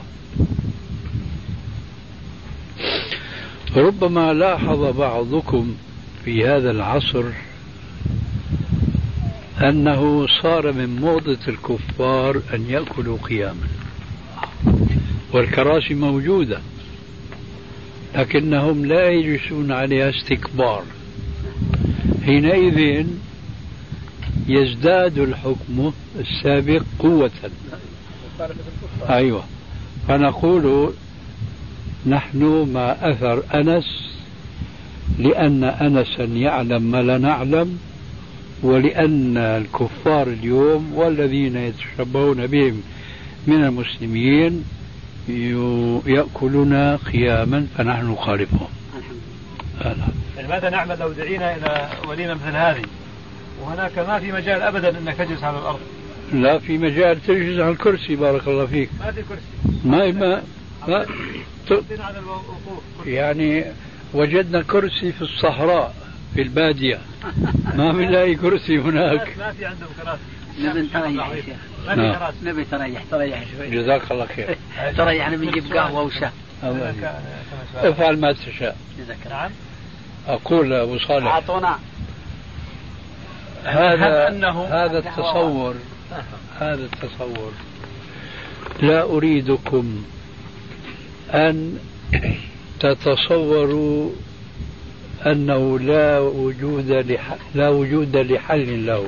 ربما لاحظ بعضكم في هذا العصر أنه صار من موضة الكفار أن يأكلوا قياما، والكراسي موجودة لكنهم لا يجلسون عليها استكبار. حينئذ يزداد الحكم السابق قوة. أيوة. فنقول نحن مع أثر أنس، لأن أنسا يعلم ما لا نعلم، ولأن الكفار اليوم والذين يتشبهون بهم من المسلمين يأكلون قياما فنحن نخالفهم. يعني ماذا نعمل لو دعينا إلى وليمة مثل هذه وهناك ما في مجال أبدا أنك تجلس على الأرض؟ لا، في مجال تجلس على الكرسي. بارك الله فيك. ما في كرسي. ما ما, ما ت... يعني وجدنا كرسي في الصحراء في البادية، ما بنلاقي كرسي هناك. ما في عندهم كراسي. نبي تريح يا شيخ. ما في كراسي. نبي تريح تريح شوي. جزاك الله خير. تريح نبي نجيب قهوة وشاي. افعل ما تشاء. نعم. أقول أبو صالح أعطونا هذا هذا التصور هذا التصور لا أريدكم أن تتصوروا أنه لا وجود لح... لا وجود لحل له،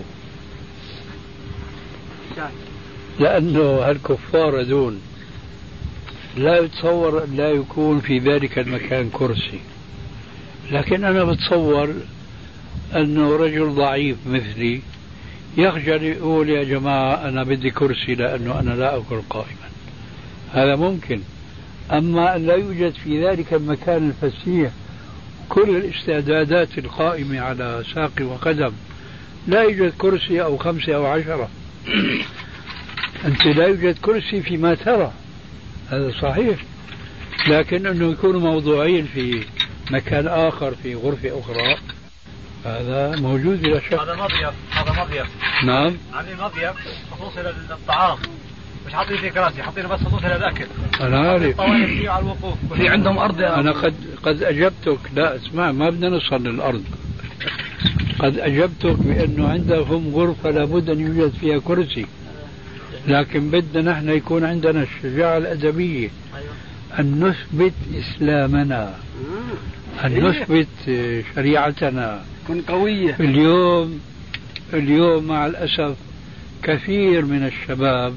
لأنه الكفار دون لا يتصور أن لا يكون في ذلك المكان كرسي. لكن أنا بتصور أنه رجل ضعيف مثلي يخجل يقول يا جماعة أنا بدي كرسي لأنه أنا لا أكل قائما. هذا ممكن. أما أن لا يوجد في ذلك المكان الفسيح كل الاستعدادات القائمة على ساق وقدم لا يوجد كرسي أو خمسة أو عشرة. أنت لا يوجد كرسي فيما ترى، هذا صحيح، لكن أنه يكونوا موضوعين في مكان آخر في غرفة أخرى هذا موجود بلا شك. هذا مضيف، هذا مضيف. نعم. هذا مضيف خصوصي للطعام، مش حاطين فيه كراسي، حاطين بس خصوصي للأكل. أنا عارف. طوائف فيه على الوقوف. في عندهم أرض. أنا قد قد أجبتك، لا اسمع ما بدنا نوصل للأرض. قد أجبتك بأنه عندهم غرفة لابد أن يوجد فيها كرسي، لكن بدنا نحن يكون عندنا الشجاعة الأدبية أن نثبت إسلامنا، أن نثبت شريعتنا كن قوية. اليوم اليوم مع الأسف كثير من الشباب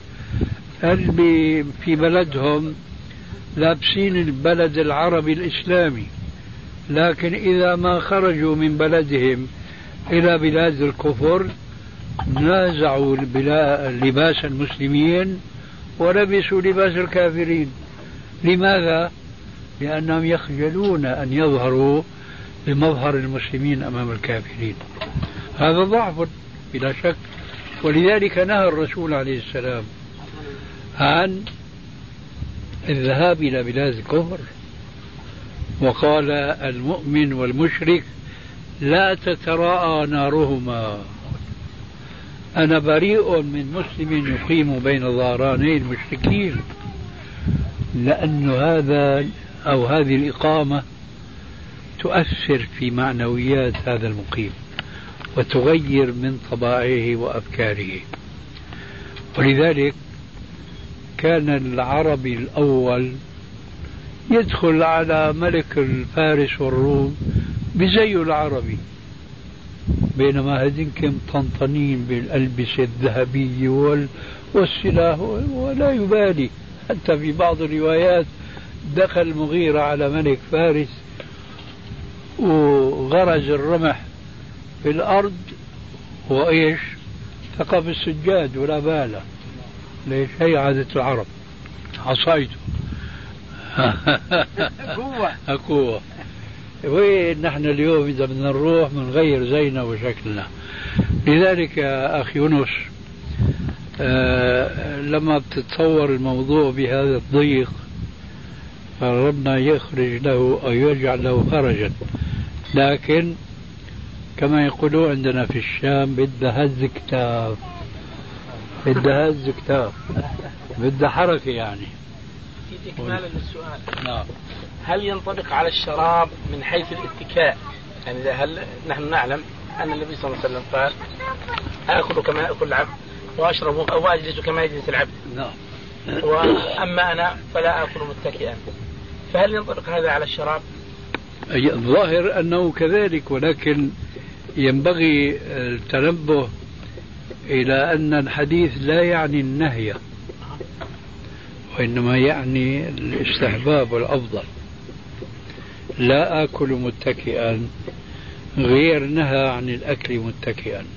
اللي في بلدهم لابسين البلد العربي الإسلامي، لكن إذا ما خرجوا من بلدهم إلى بلاد الكفر نازعوا لباس المسلمين ولبسوا لباس الكافرين. لماذا؟ لأنهم يخجلون أن يظهروا بمظهر المسلمين أمام الكافرين. هذا ضعف بلا شك، ولذلك نهى الرسول عليه السلام عن الذهاب إلى بلاد الكفر، وقال المؤمن والمشرك لا تتراءى نارهما. أنا بريء من مسلم يقيم بين ظهراني المشركين، لأن هذا أو هذه الإقامة تؤثر في معنويات هذا المقيم وتغير من طبائعه وأفكاره. ولذلك كان العربي الأول يدخل على ملك الفارس والروم بزيه العربي، بينما هذين طنطنين بالألبسة الذهبية والسلاح ولا يبالي. حتى في بعض الروايات دخل المغيرة على ملك فارس وغرز الرمح في الأرض وإيش ثقب السجاد ولا باله. ليش؟ هي عادة العرب، عصايته قوة قوة. وين نحن اليوم إذا بدنا نروح من غير زينا وشكلنا. لذلك يا أخي يونس آه لما بتتصور الموضوع بهذا الضيق فربنا يخرج له أو يجعل له فرجا، لكن كما يقولون عندنا في الشام بدها هز كتاف، بدها هز كتاف، بدها حركة يعني. في إكمالا للسؤال، نعم، هل ينطبق على الشراب من حيث الاتكاء؟ يعني هل نحن نعلم أن النبي صلى الله عليه وسلم قال آكل كما يأكل العبد وأشرب أو أجلس كما يجلس العبد، نعم، وأما أنا فلا آكل متكئا، فهل ينطبق هذا على الشراب؟ الظاهر أنه كذلك، ولكن ينبغي التنبه إلى أن الحديث لا يعني النهي، وإنما يعني الاستحباب والأفضل. لا آكل متكئا غير نهى عن الأكل متكئا.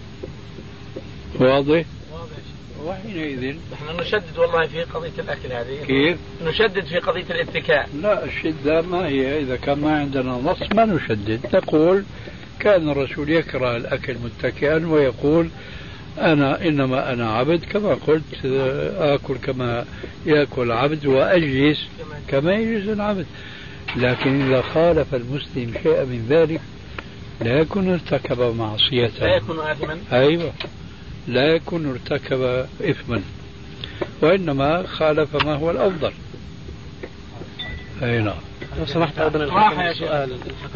واضح؟ وحينئذ نحن نشدد والله في قضية الأكل هذه. كيف؟ نشدد في قضية الاتكاء. لا، الشدة ما هي، إذا كان ما عندنا نص ما نشدد، نقول كان الرسول يكره الأكل متكئا ويقول أنا إنما أنا عبد، كما قلت آكل كما يأكل عبد وأجلس كما يجلس العبد. لكن إذا خالف المسلم شيئا من ذلك لا يكون ارتكب معصية، لا يكون آثما. أيوة، لا يكون ارتكب إثما، وإنما خالف ما هو الأفضل. أي نعم. لو سمحت أيضا الحكم سؤال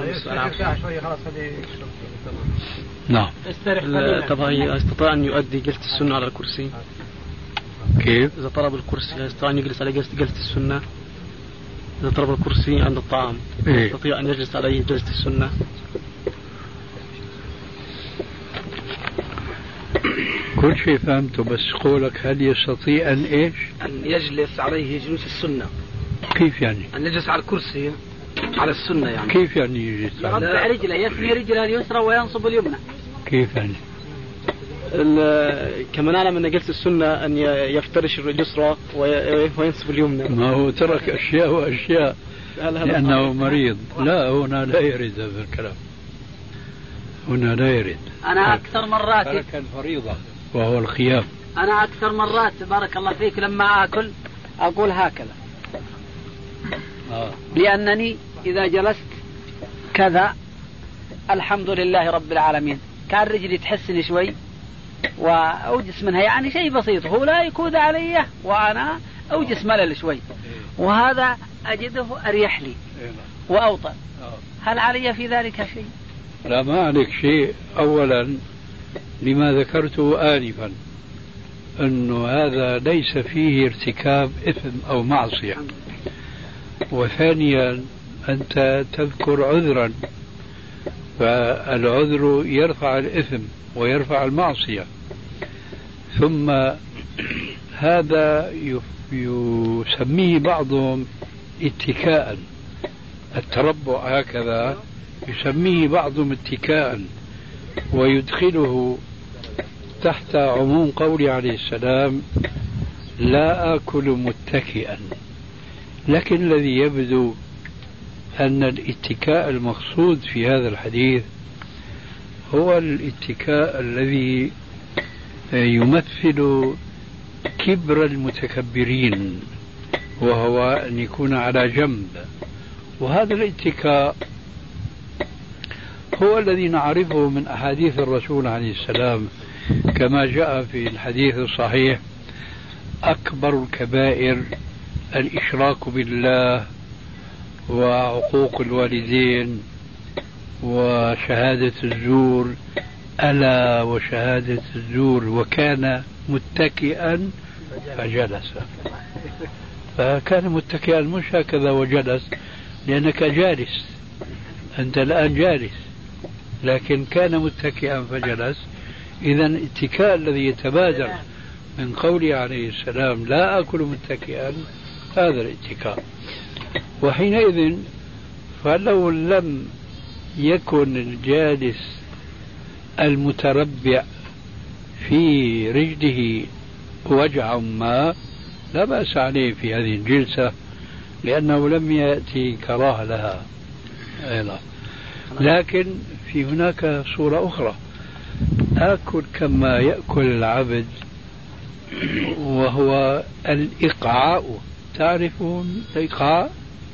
نعم. استطاع أن يؤدي جلسة السنة على الكرسي؟ كيف؟ إذا طلب الكرسي يستطيع أن يجلس على جلسة السنة؟ إذا طلب الكرسي عند الطعام إيه؟ يستطيع أن يجلس عليه جلسة السنة؟ كل شيء فهمته، بس قولك هل يستطيع أن إيش؟ أن يجلس عليه جلوس السنة. كيف يعني؟ أن يجلس على الكرسي على السنة يعني. كيف يعني يجلس؟ يرفع رجله، يثني رجله اليسرى وينصب اليمنى. كيف يعني؟ كما نعلم أن جلسة السنة أن يفترش اليسرى وينصب اليمنى. ما هو ترك أشياء وأشياء. لأنه مريض. لا هنا لا يرد هذا الكلام، هنا لا يرد. أنا أكثر مرات ترك الفريضة وهو الخيام. أنا أكثر مرات بارك الله فيك لما آكل أقول هكذا آه. لأنني إذا جلست كذا الحمد لله رب العالمين، كان رجلي تحسن شوي وأوجس منها، يعني شيء بسيط، هو لا يكود علي وأنا أوجس ملل شوي، وهذا أجده أريح لي وأوطن. هل علي في ذلك شيء؟ لا ما عليك شيء. أولا لما ذكرته آنفا أنه هذا ليس فيه ارتكاب إثم أو معصية، وثانيا أنت تذكر عذرا، فالعذر يرفع الإثم ويرفع المعصية. ثم هذا يسميه بعضهم اتكاء، التربع هكذا يسميه بعضهم اتكاء، ويدخله تحت عموم قوله عليه السلام لا آكل متكئا. لكن الذي يبدو أن الاتكاء المقصود في هذا الحديث هو الاتكاء الذي يمثل كبر المتكبرين، وهو أن يكون على جنب. وهذا الاتكاء هو الذي نعرفه من أحاديث الرسول عليه السلام، كما جاء في الحديث الصحيح أكبر الكبائر الإشراك بالله وعقوق الوالدين وشهادة الزور، ألا وشهادة الزور، وكان متكئا فجلس. فكان متكئا مش هكذا وجلس لأنك جالس، أنت الآن جالس، لكن كان متكئا فجلس. إذا الاتكاء الذي يتبادر من قوله عليه السلام لا أكل متكئا هذا الاتكاء. وحينئذ فلو لم يكن الجالس المتربع في رجله وجع ما لا بأس عليه في هذه الجلسة، لأنه لم يأتي كراهة لها. لكن في هناك صورة أخرى، آكل كما يأكل العبد، وهو الإقعاء. تعرفون الإقعاء؟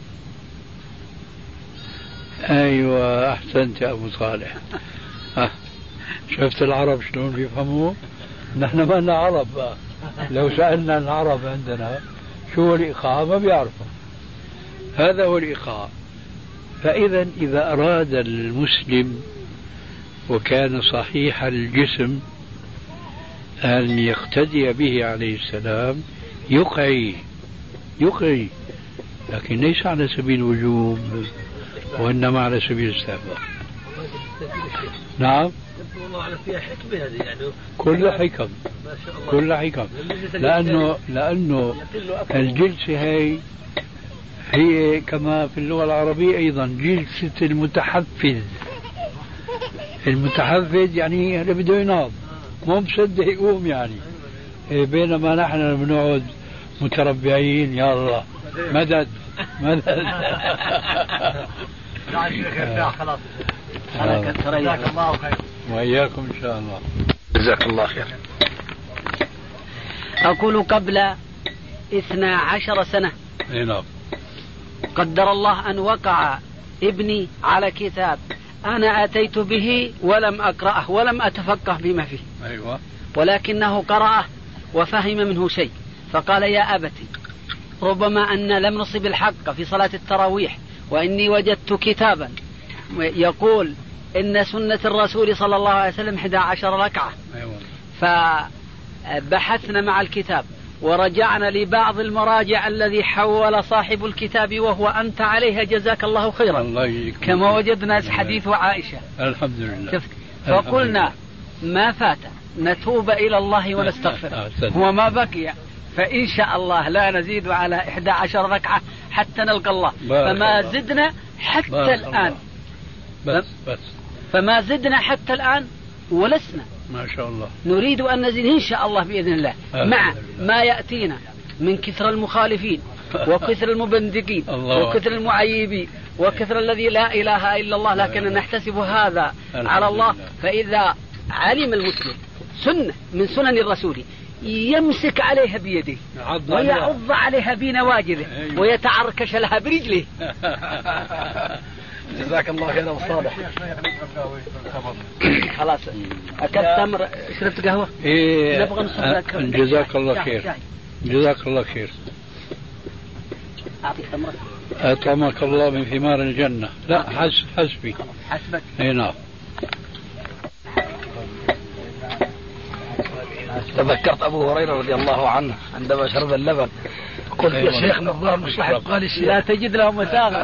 أيوة أحسنت يا أبو صالح. أه. شفت العرب شلون بيفهموه؟ نحن ما لنا عرب بقى. لو سألنا العرب عندنا شو هو الإقعاء ما بيعرفوا. هذا هو الإقعاء. فإذا إذا أراد المسلم وكان صحيح الجسم أن يقتدي به عليه السلام يقعي يقعي، لكن ليس على سبيل الوجوب وإنما على سبيل الاستحباب. نعم والله على فيها حكمة هذه يعني كل حكم كل حكم لأنه لأنه الجلسة هي هي كما في اللغة العربية أيضا جلسة المتحفز. المتحفز يعني اللي بده يناض مو مصدق يقوم يعني، بينما نحن بنقعد متربعين يا الله مدد مدد. خلاص جزاك الله خير وإياكم إن شاء الله. جزاك الله خير. أقول قبل اثنا عشر سنة نعم قدر الله أن وقع ابني على كتاب أنا أتيت به ولم أقرأه ولم أتفقه بما فيه. أيوة. ولكنه قرأه وفهم منه شيء، فقال يا أبتي ربما أن لم نصب الحق في صلاة التراويح، وإني وجدت كتابا يقول إن سنة الرسول صلى الله عليه وسلم إحدى عشر ركعة. أيوة. فبحثنا مع الكتاب ورجعنا لبعض المراجع الذي حول صاحب الكتاب وهو أنت عليها جزاك الله خيرا، الله كما وجدنا حديث عائشة الحمد لله. شفت؟ فقلنا ما فات نتوب إلى الله ونستغفر وما بقي فإن شاء الله لا نزيد على إحدى عشر ركعة حتى نلقى الله. فما الله. زدنا حتى الآن بس بس فما زدنا حتى الآن ولسنا ما شاء الله نريد أن نزيد إن شاء الله بإذن الله، مع ما يأتينا من كثر المخالفين وكثر المبندقين وكثر المعيبين وكثر الذي لا إله إلا الله لكن نحتسب هذا على الله. فإذا علم المسلم سنة من سنن الرسول يمسك عليها بيده ويعض عليها بنواجذه ويتعركش لها برجله. جزاك الله خير أبو صالح. خلاص أكلت تمر شربت قهوة؟ إيه جزاك الله خير. جزاك الله خير. أعطيك تمرة. أطعمك الله من ثمار الجنة. لا حسب حسبي. حسبك. أي نعم. تذكرت أبو هريرة رضي الله عنه عندما شرب اللبن قلت يا شيخنا الظاهر مش راح قال الشيخ لا تجد له مساغة.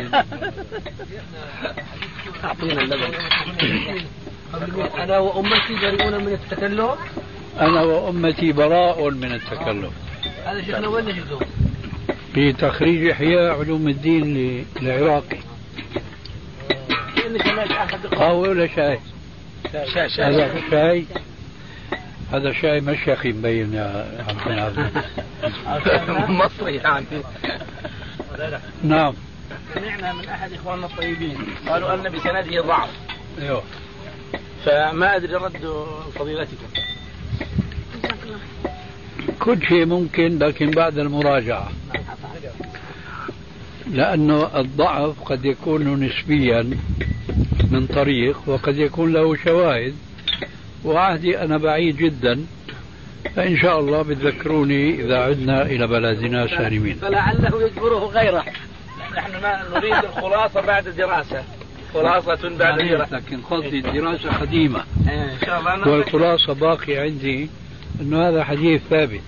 أعطينا اللبن. أنا وأمتي بريئون من التكلف. أنا وأمتي براء من التكلف. هذا شيخنا وين نجده؟ في تخريج إحياء علوم الدين العراقي. قهوة ولا شاي؟ شاي شاي. هذا شاي. هذا شاي مشيخي مبين يا عبد العزيز. مصري يعني. نعم. سمعنا من أحد إخواننا الطيبين قالوا أن بسنده ضعف. أيوه. فما أدري رد فضيلتكم. كل شيء ممكن لكن بعد المراجعة، لأنه الضعف قد يكون نسبيا من طريق وقد يكون له شواهد، وعهدي أنا بعيد جدا، فإن شاء الله بتذكروني إذا عدنا إلى بلدنا سالمين. فلعله يجبره غيره. نحن ما نريد الخلاصة بعد الدراسة، خلاصة بعد الدراسة، لكن قصدي الدراسة قديمة إن شاء الله. والخلاصة باقي عندي أنه هذا حديث ثابت.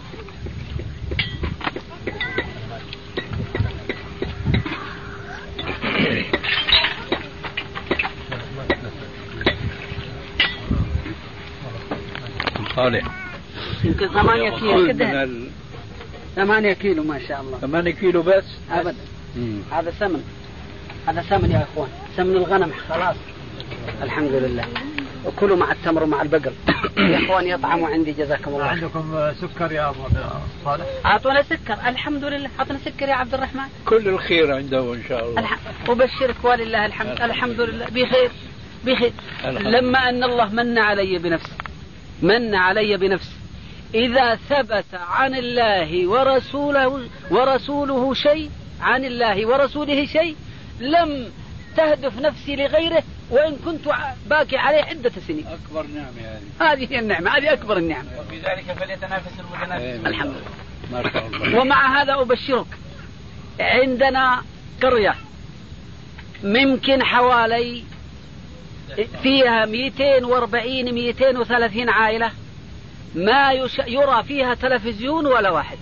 صالح يمكن ثمانية كيلو كده. ثمانية كيلو ما شاء الله. ثمانية كيلو بس أبدا. هذا سمن، هذا سمن يا إخوان، سمن الغنم خلاص. الحمد لله. وكلوا مع التمر ومع البقر. يا إخوان يطعموا عندي جزاكم الله. عندكم سكر يا أبو صالح؟ أعطونا سكر الحمد لله. أعطونا سكر يا عبد الرحمن. كل الخير عنده إن شاء الله. الح... وبشرك ولله الحمد. الحمد لله بخير بخير. لما أن الله من علي بنفسه، من علي بنفسه إذا ثبت عن الله ورسوله ورسوله شيء، عن الله ورسوله شيء، لم تهدف نفسي لغيره وإن كنت باقي عليه عدة سنين. أكبر نعمة هذه. هذه هي النعمة، هذه أكبر النعمة. وفي ذلك فليتنافس المتنافسون. الحمد لله. ما شاء الله. ومع هذا أبشرك عندنا قرية ممكن حوالي فيها مئتين وأربعين مئتين وثلاثين عائلة ما يش... يرى فيها تلفزيون ولا واحد.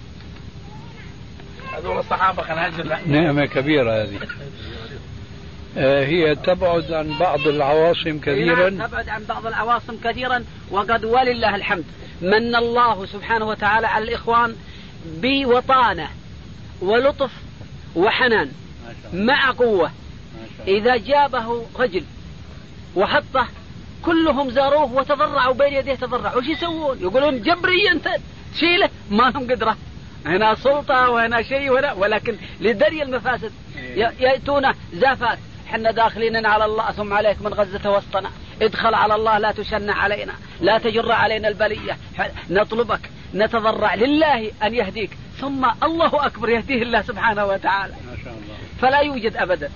هذول الصحابة كان هجر. نعمة كبيرة هذه. آه هي تبعد عن بعض العواصم كثيرا. تبعد عن بعض العواصم كثيرا، وقد ولله الحمد من الله سبحانه وتعالى على الإخوان بوطانة ولطف وحنان مع قوة. إذا جابه رجل وحطه كلهم زاروه وتضرعوا بين يديه تضرعوا. وش يسوون؟ يقولون جبري أنت شيله، ما لهم قدرة. هنا سلطة وهنا شيء وهنا، ولكن لدري المفاسد يأتون زافات. حنا داخلين على الله ثم عليك من غزة وسطنا، ادخل على الله لا تشنع علينا، لا تجر علينا البلية، نطلبك نتضرع لله أن يهديك، ثم الله أكبر يهديه الله سبحانه وتعالى. ما شاء الله. فلا يوجد أبدا.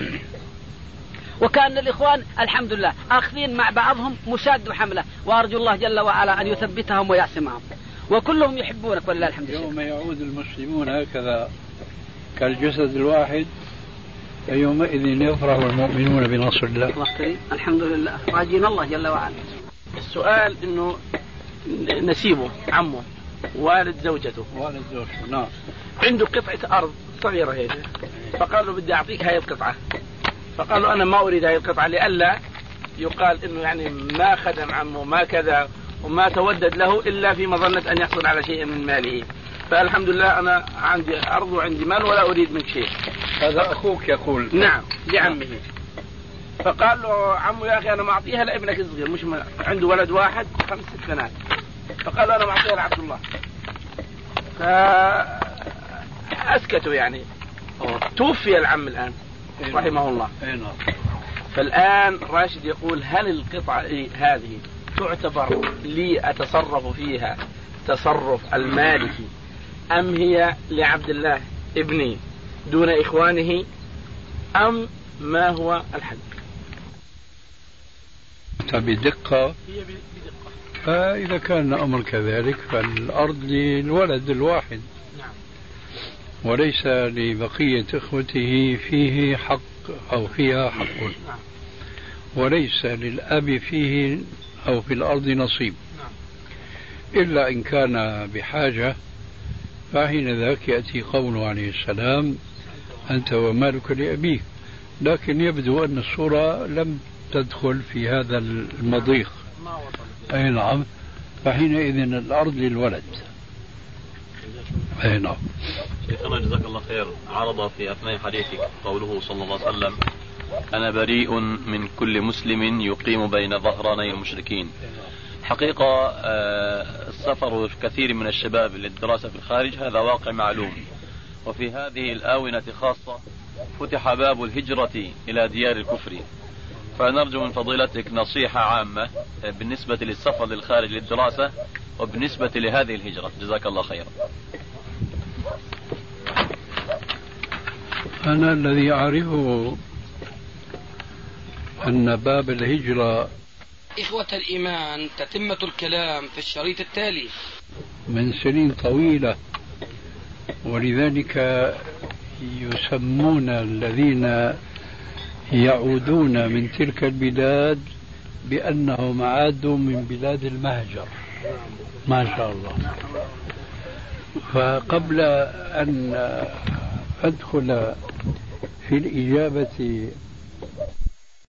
وكان الإخوان الحمد لله آخذين مع بعضهم مشاد وحملة، وأرجو الله جل وعلا أن يثبتهم ويعصمهم، وكلهم يحبونك ولله الحمد. يوم يعود المسلمون هكذا كالجسد الواحد يومئذ يفرح المؤمنون بنصر الله. الله كريم الحمد لله، راجين الله جل وعلا. السؤال إنه نسيبه عمه والد زوجته والد زوجته نعم عنده قطعة أرض صغيرة هيك، فقال له بدي أعطيك هاي القطعة، فقال له أنا ما أريد هاي القطعة لئلا يقال إنه يعني ما خدم عمه ما كذا وما تودد له إلا في مظنة أن يحصل على شيء من ماله. فالحمد لله أنا عندي أرض وعندي مال ولا أريد منك شيء. هذا أخوك يقول. نعم لعمه. فقال له عمه يا أخي أنا معطيها لابنك الصغير، مش عنده ولد واحد خمس ست بنات، فقال له أنا معطيها لعبد الله. أسكتوا يعني. توفي العم الآن رحمه الله. فالآن راشد يقول هل القطعة هذه تعتبر لي أتصرف فيها تصرف المالكي أم هي لعبد الله ابني دون إخوانه أم ما هو الحق؟ بدقة. فإذا كان الأمر كذلك فالأرض للولد الواحد وليس لبقية إخوته فيه حق أو فيها حق، وليس للأب فيه أو في الأرض نصيب، إلا إن كان بحاجة، فحين ذاك يأتي قوله عليه السلام أنت ومالك لأبيك. لكن يبدو أن الصورة لم تدخل في هذا المضيق. أي نعم. فحينئذ الأرض للولد. أي نعم. شيخنا جزاك الله خير، عرض في أثناء حديثك قوله صلى الله عليه وسلم أنا بريء من كل مسلم يقيم بين ظهراني المشركين. حقيقة السفر كثير من الشباب للدراسة في الخارج هذا واقع معلوم، وفي هذه الآونة خاصة فتح باب الهجرة إلى ديار الكفر، فنرجو من فضيلتك نصيحة عامة بالنسبة للسفر للخارج للدراسة وبالنسبة لهذه الهجرة. جزاك الله خيرا. أنا الذي أعرفه أن باب الهجرة إخوة الإيمان تتمة الكلام في الشريط التالي من سنين طويلة، ولذلك يسمون الذين يعودون من تلك البلاد بأنهم عادوا من بلاد المهجر. ما شاء الله. فقبل أن أدخل في الإجابة